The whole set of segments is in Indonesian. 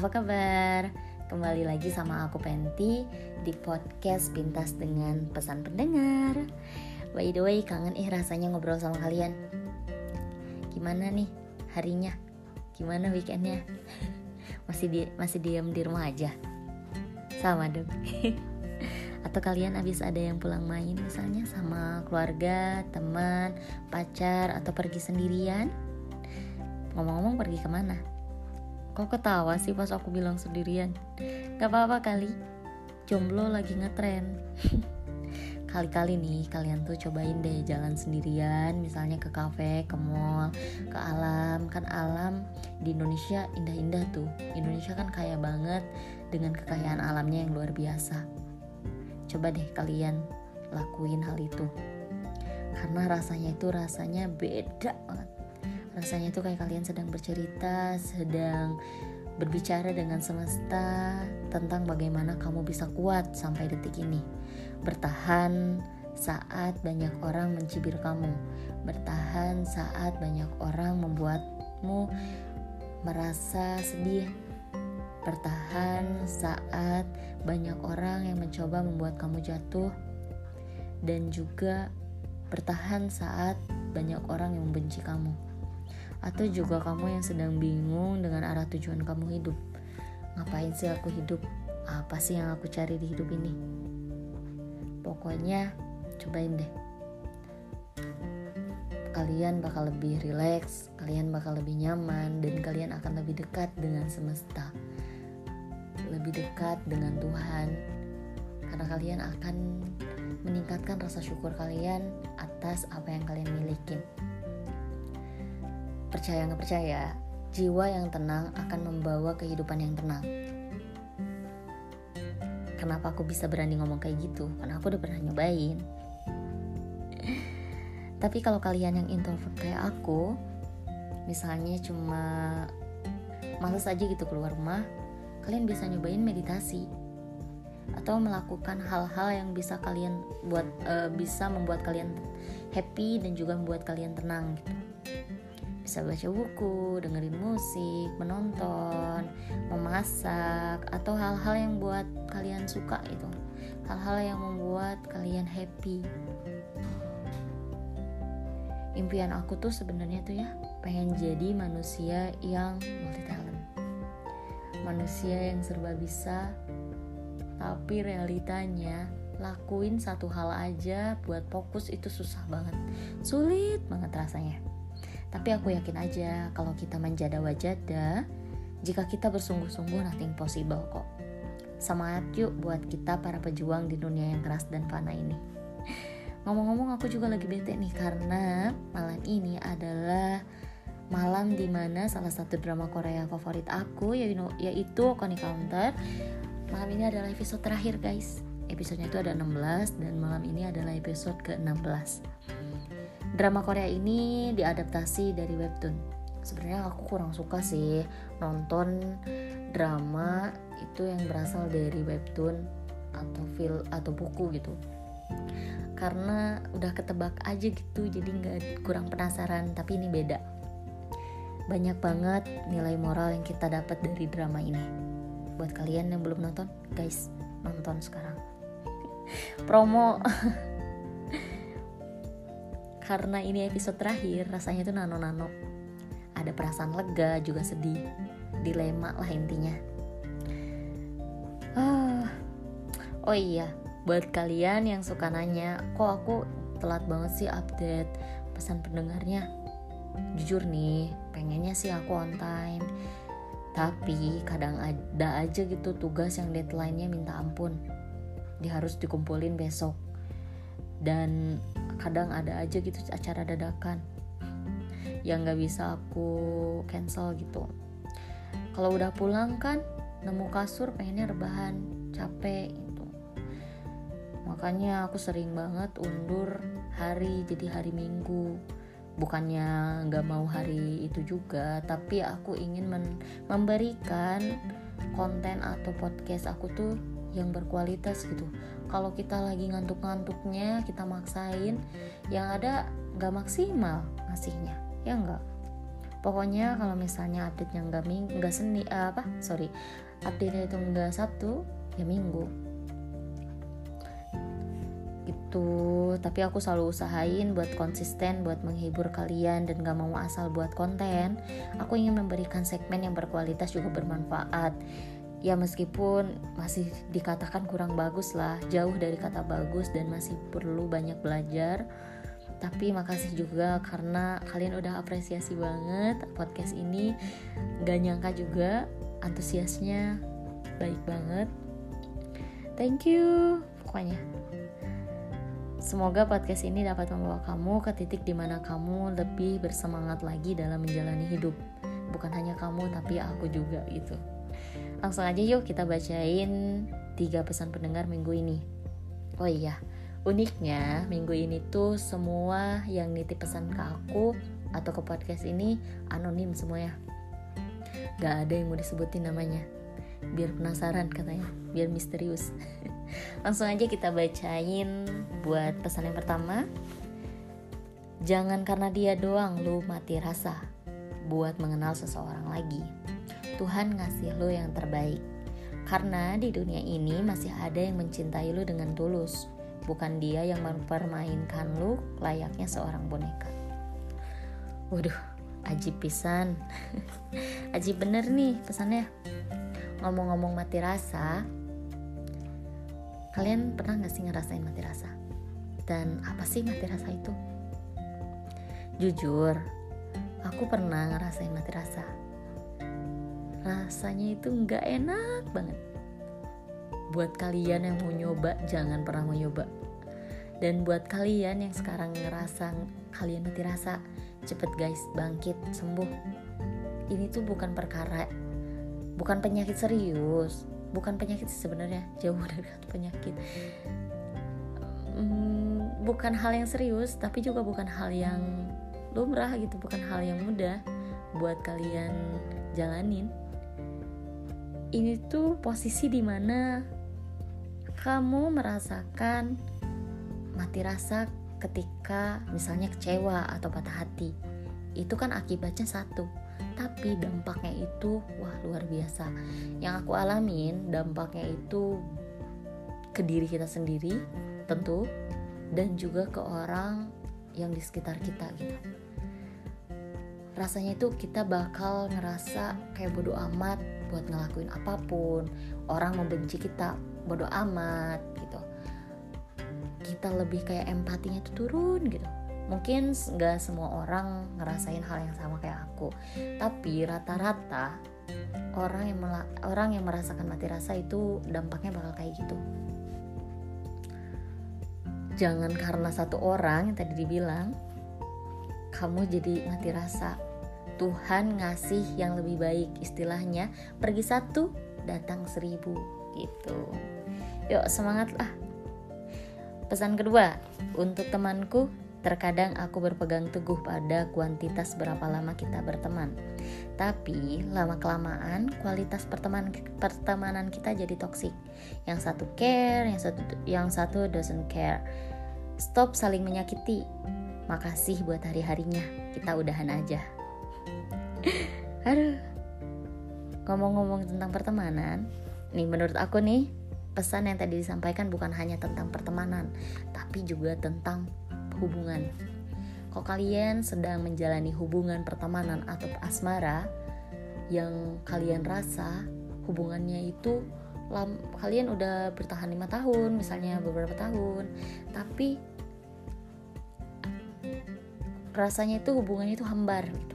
apa kabar? Kembali lagi sama aku Penti di podcast Pintas dengan Pesan Pendengar. By the way, kangen rasanya ngobrol sama kalian. Gimana nih harinya? Gimana weekendnya? Masih diam di rumah aja? Sama dong. Atau kalian abis ada yang pulang main misalnya sama keluarga, teman, pacar, atau pergi sendirian? Ngomong-ngomong pergi kemana? Kok ketawa sih pas aku bilang sendirian? Gak apa-apa kali, jomblo lagi ngetren. Kali-kali nih kalian tuh cobain deh jalan sendirian, misalnya ke kafe, ke mall, ke alam. Kan alam di Indonesia indah-indah tuh. Indonesia kan kaya banget dengan kekayaan alamnya yang luar biasa. Coba deh kalian lakuin hal itu, karena rasanya beda banget. Rasanya itu kayak kalian sedang bercerita, sedang berbicara dengan semesta tentang bagaimana kamu bisa kuat sampai detik ini. Bertahan saat banyak orang mencibir kamu. Bertahan saat banyak orang membuatmu merasa sedih. Bertahan saat banyak orang yang mencoba membuat kamu jatuh. Dan juga bertahan saat banyak orang yang membenci kamu. Atau juga kamu yang sedang bingung dengan arah tujuan kamu hidup. Ngapain sih aku hidup? Apa sih yang aku cari di hidup ini? Pokoknya cobain deh. Kalian bakal lebih rileks, kalian bakal lebih nyaman, dan kalian akan lebih dekat dengan semesta, lebih dekat dengan Tuhan. Karena kalian akan meningkatkan rasa syukur kalian atas apa yang kalian miliki. Percaya gak percaya, jiwa yang tenang akan membawa kehidupan yang tenang. Kenapa aku bisa berani ngomong kayak gitu? Karena aku udah pernah nyobain. Tapi kalau kalian yang introvert kayak aku, misalnya cuma males aja gitu keluar rumah, kalian bisa nyobain meditasi atau melakukan hal-hal yang bisa kalian buat bisa membuat kalian happy dan juga membuat kalian tenang gitu. Bisa baca buku, dengerin musik, menonton, memasak, atau hal-hal yang buat kalian suka itu. Hal-hal yang membuat kalian happy. Impian aku tuh sebenarnya tuh ya, pengen jadi manusia yang multi talent. Manusia yang serba bisa, tapi realitanya lakuin satu hal aja buat fokus itu susah banget. Sulit banget rasanya. Tapi aku yakin aja kalau kita menjada wajada, jika kita bersungguh-sungguh nothing possible kok. Semangat yuk buat kita para pejuang di dunia yang keras dan fana ini. Ngomong-ngomong aku juga lagi bete nih karena malam ini adalah malam dimana salah satu drama Korea favorit aku yaitu Okoni Counter. Malam ini adalah episode terakhir guys. Episodenya itu ada 16 dan malam ini adalah episode ke-16. Drama Korea ini diadaptasi dari webtoon. Sebenarnya aku kurang suka sih nonton drama itu yang berasal dari webtoon atau film atau buku gitu. Karena udah ketebak aja gitu, jadi kurang penasaran. Tapi ini beda. Banyak banget nilai moral yang kita dapat dari drama ini. Buat kalian yang belum nonton, guys, nonton sekarang. Promo. Karena ini episode terakhir, rasanya tuh nano-nano. Ada perasaan lega, juga sedih. Dilema lah intinya. Oh iya, buat kalian yang suka nanya, kok aku telat banget sih update pesan pendengarnya? Jujur nih, pengennya sih aku on time. Tapi kadang ada aja gitu tugas yang deadline-nya minta ampun. Dia harus dikumpulin besok. Dan kadang ada aja gitu acara dadakan yang gak bisa aku cancel gitu. Kalau udah pulang kan nemu kasur pengennya rebahan, capek gitu. Makanya aku sering banget undur hari jadi hari Minggu. Bukannya gak mau hari itu juga, tapi aku ingin memberikan konten atau podcast aku tuh yang berkualitas gitu. Kalau kita lagi ngantuk-ngantuknya, kita maksain, yang ada gak maksimal ngasihnya, ya enggak? Pokoknya kalau misalnya update-nya update-nya itu nggak Sabtu ya Minggu gitu. Tapi aku selalu usahain buat konsisten, buat menghibur kalian, dan gak mau asal buat konten. Aku ingin memberikan segmen yang berkualitas juga bermanfaat. Ya meskipun masih dikatakan kurang bagus lah, jauh dari kata bagus, dan masih perlu banyak belajar. Tapi makasih juga karena kalian udah apresiasi banget podcast ini. Gak nyangka juga antusiasnya baik banget. Thank you pokoknya. Semoga podcast ini dapat membawa kamu ke titik dimana kamu lebih bersemangat lagi dalam menjalani hidup. Bukan hanya kamu tapi aku juga gitu. Langsung aja yuk kita bacain 3 pesan pendengar minggu ini. Oh iya, uniknya minggu ini tuh semua yang nitip pesan ke aku atau ke podcast ini anonim semuanya. Gak ada yang mau disebutin namanya, biar penasaran katanya, biar misterius. Langsung aja kita bacain. Buat pesan yang pertama, jangan karena dia doang lu mati rasa buat mengenal seseorang lagi. Tuhan ngasih lu yang terbaik, karena di dunia ini masih ada yang mencintai lu dengan tulus, bukan dia yang mempermainkan lu layaknya seorang boneka. Waduh, ajib pisan. Ajib bener nih pesannya. Ngomong-ngomong mati rasa, kalian pernah gak sih ngerasain mati rasa? Dan apa sih mati rasa itu? Jujur, aku pernah ngerasain mati rasa. Rasanya itu gak enak banget. Buat kalian yang mau nyoba, jangan pernah mau nyoba. Dan buat kalian yang sekarang ngerasa kalian mati rasa, cepet guys, bangkit, sembuh. Ini tuh bukan penyakit serius. Bukan penyakit sebenarnya, jauh dari kata penyakit. Bukan hal yang serius, tapi juga bukan hal yang lumrah gitu, bukan hal yang mudah buat kalian jalanin. Ini tuh posisi dimana kamu merasakan mati rasa ketika misalnya kecewa atau patah hati. Itu kan akibatnya satu, tapi dampaknya itu luar biasa. Yang aku alamin dampaknya itu ke diri kita sendiri tentu, dan juga ke orang yang di sekitar kita gitu. Rasanya itu kita bakal ngerasa kayak bodo amat buat ngelakuin apapun. Orang membenci kita, bodo amat gitu. Kita lebih kayak empatinya tuh turun gitu. Mungkin gak semua orang ngerasain hal yang sama kayak aku, tapi rata-rata orang yang merasakan mati rasa itu dampaknya bakal kayak gitu. Jangan karena satu orang yang tadi dibilang kamu jadi mati rasa. Tuhan ngasih yang lebih baik, istilahnya pergi 1 datang 1000 gitu. Yuk semangat lah. Pesan kedua, untuk temanku, terkadang aku berpegang teguh pada kuantitas berapa lama kita berteman. Tapi lama-kelamaan kualitas pertemanan kita jadi toksik. Yang satu care, yang satu doesn't care. Stop saling menyakiti. Makasih buat hari-harinya, kita udahan aja. Aduh. Ngomong-ngomong tentang pertemanan, nih menurut aku nih, pesan yang tadi disampaikan bukan hanya tentang pertemanan, tapi juga tentang hubungan. Kalau kalian sedang menjalani hubungan pertemanan atau asmara yang kalian rasa hubungannya itu kalian udah bertahan 5 tahun misalnya, beberapa tahun, tapi rasanya itu hubungannya itu hambar gitu.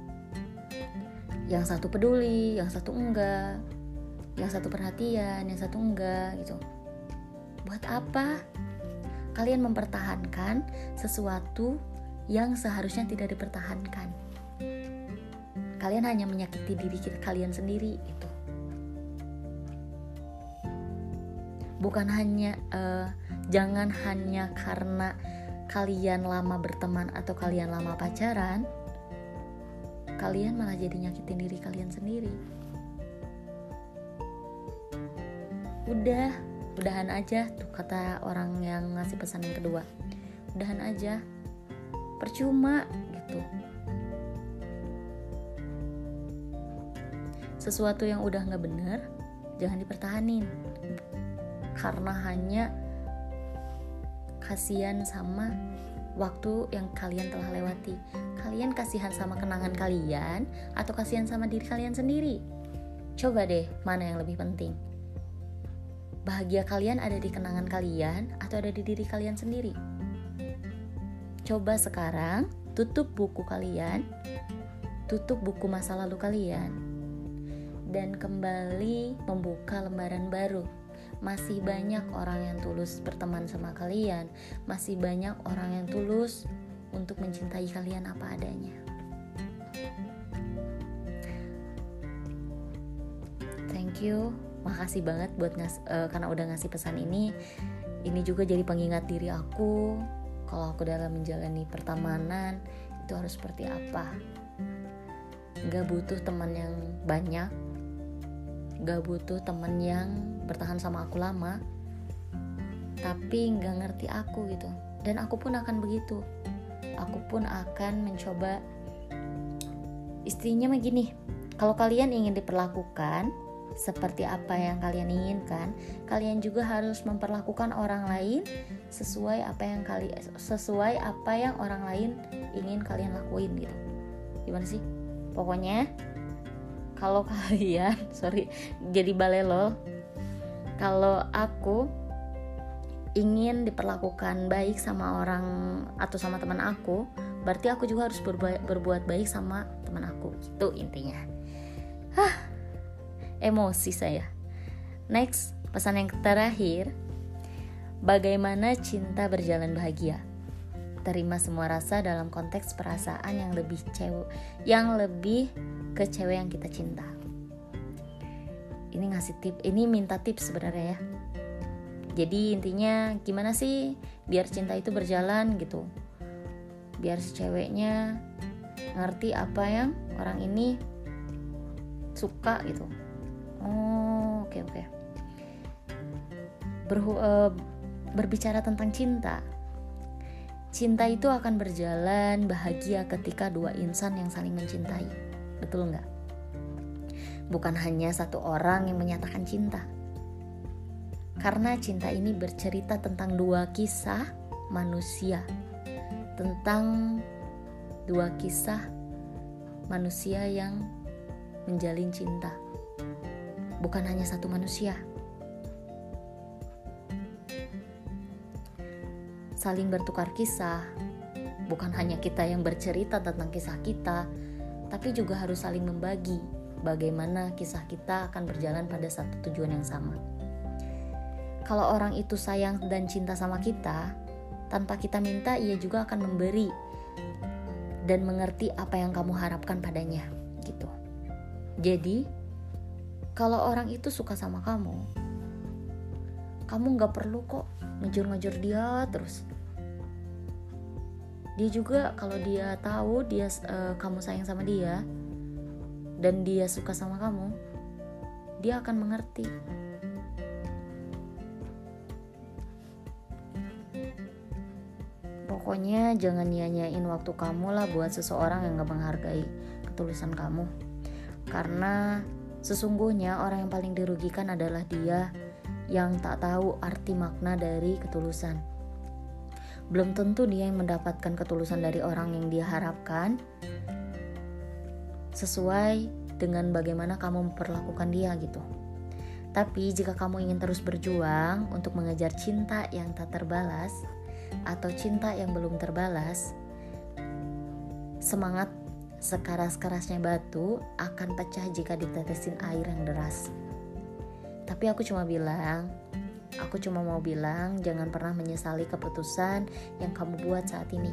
Yang satu peduli, yang satu enggak, yang satu perhatian, yang satu enggak gitu. Buat apa kalian mempertahankan sesuatu yang seharusnya tidak dipertahankan? Kalian hanya menyakiti diri kalian sendiri itu. Bukan hanya jangan hanya karena kalian lama berteman atau kalian lama pacaran, kalian malah jadi nyakitin diri kalian sendiri. Udahan aja tuh kata orang yang ngasih pesan yang kedua. Udahan aja, percuma gitu. sesuatu yang udah gak bener jangan dipertahanin, karena hanya kasihan sama waktu yang kalian telah lewati. Kalian kasihan sama kenangan kalian atau kasihan sama diri kalian sendiri? Coba deh, mana yang lebih penting? Bahagia kalian ada di kenangan kalian atau ada di diri kalian sendiri? Coba sekarang tutup buku kalian, tutup buku masa lalu kalian, dan kembali membuka lembaran baru. Masih banyak orang yang tulus berteman sama kalian, masih banyak orang yang tulus untuk mencintai kalian apa adanya. Thank you, makasih banget buat karena udah ngasih pesan ini. Ini juga jadi pengingat diri aku kalau aku dalam menjalani pertemanan itu harus seperti apa. Gak butuh teman yang banyak, gak butuh teman yang bertahan sama aku lama tapi gak ngerti aku gitu. Dan aku pun akan begitu. Aku pun akan mencoba. Istrinya mah gini, kalau kalian ingin diperlakukan seperti apa yang kalian inginkan, kalian juga harus memperlakukan orang lain sesuai apa yang orang lain ingin kalian lakuin gitu. Gimana sih? Pokoknya kalau kalian, jadi balelo. Kalau aku ingin diperlakukan baik sama orang atau sama teman aku, berarti aku juga harus berbuat baik sama teman aku. Itu intinya. Emosi saya. Next, pesan yang terakhir. Bagaimana cinta berjalan bahagia? Terima semua rasa dalam konteks perasaan yang lebih ke cewek yang kita cinta. Ini ngasih tip, ini minta tips sebenarnya ya. Jadi intinya gimana sih biar cinta itu berjalan gitu, biar si ceweknya ngerti apa yang orang ini suka gitu. Oke. Berbicara tentang cinta. Cinta itu akan berjalan bahagia ketika dua insan yang saling mencintai. Betul nggak? Bukan hanya satu orang yang menyatakan cinta. Karena cinta ini bercerita tentang dua kisah manusia. Tentang dua kisah manusia yang menjalin cinta. Bukan hanya satu manusia. Saling bertukar kisah. Bukan hanya kita yang bercerita tentang kisah kita, tapi juga harus saling membagi bagaimana kisah kita akan berjalan pada satu tujuan yang sama. Kalau orang itu sayang dan cinta sama kita, tanpa kita minta ia juga akan memberi dan mengerti apa yang kamu harapkan padanya gitu. Jadi kalau orang itu suka sama kamu gak perlu kok ngejar dia terus. Dia juga kalau dia tahu kamu sayang sama dia dan dia suka sama kamu, dia akan mengerti. Pokoknya jangan nyanyain waktu kamu lah buat seseorang yang gak menghargai ketulusan kamu. Karena sesungguhnya orang yang paling dirugikan adalah dia yang tak tahu arti makna dari ketulusan. Belum tentu dia yang mendapatkan ketulusan dari orang yang dia harapkan sesuai dengan bagaimana kamu memperlakukan dia gitu. Tapi jika kamu ingin terus berjuang untuk mengejar cinta yang tak terbalas atau cinta yang belum terbalas, semangat sekeras-kerasnya batu akan pecah jika ditetesin air yang deras. Tapi aku cuma mau bilang jangan pernah menyesali keputusan yang kamu buat saat ini.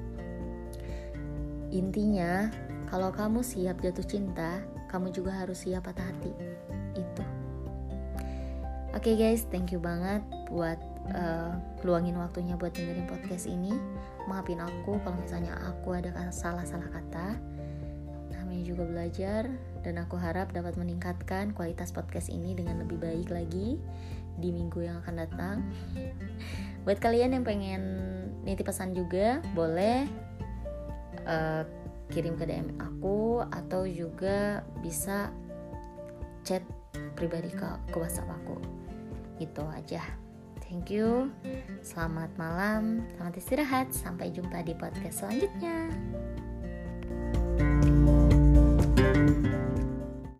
Intinya, kalau kamu siap jatuh cinta, kamu juga harus siap patah hati. Itu. Oke guys, thank you banget buat luangin waktunya buat dengerin podcast ini. Maafin aku kalau misalnya aku ada salah-salah kata. Namanya juga belajar, dan aku harap dapat meningkatkan kualitas podcast ini dengan lebih baik lagi di minggu yang akan datang. Buat kalian yang pengen nitip pesan juga, boleh kirim ke DM aku, atau juga bisa chat pribadi ke WhatsApp aku. Gitu aja. Thank you. Selamat malam, selamat istirahat. Sampai jumpa di podcast selanjutnya.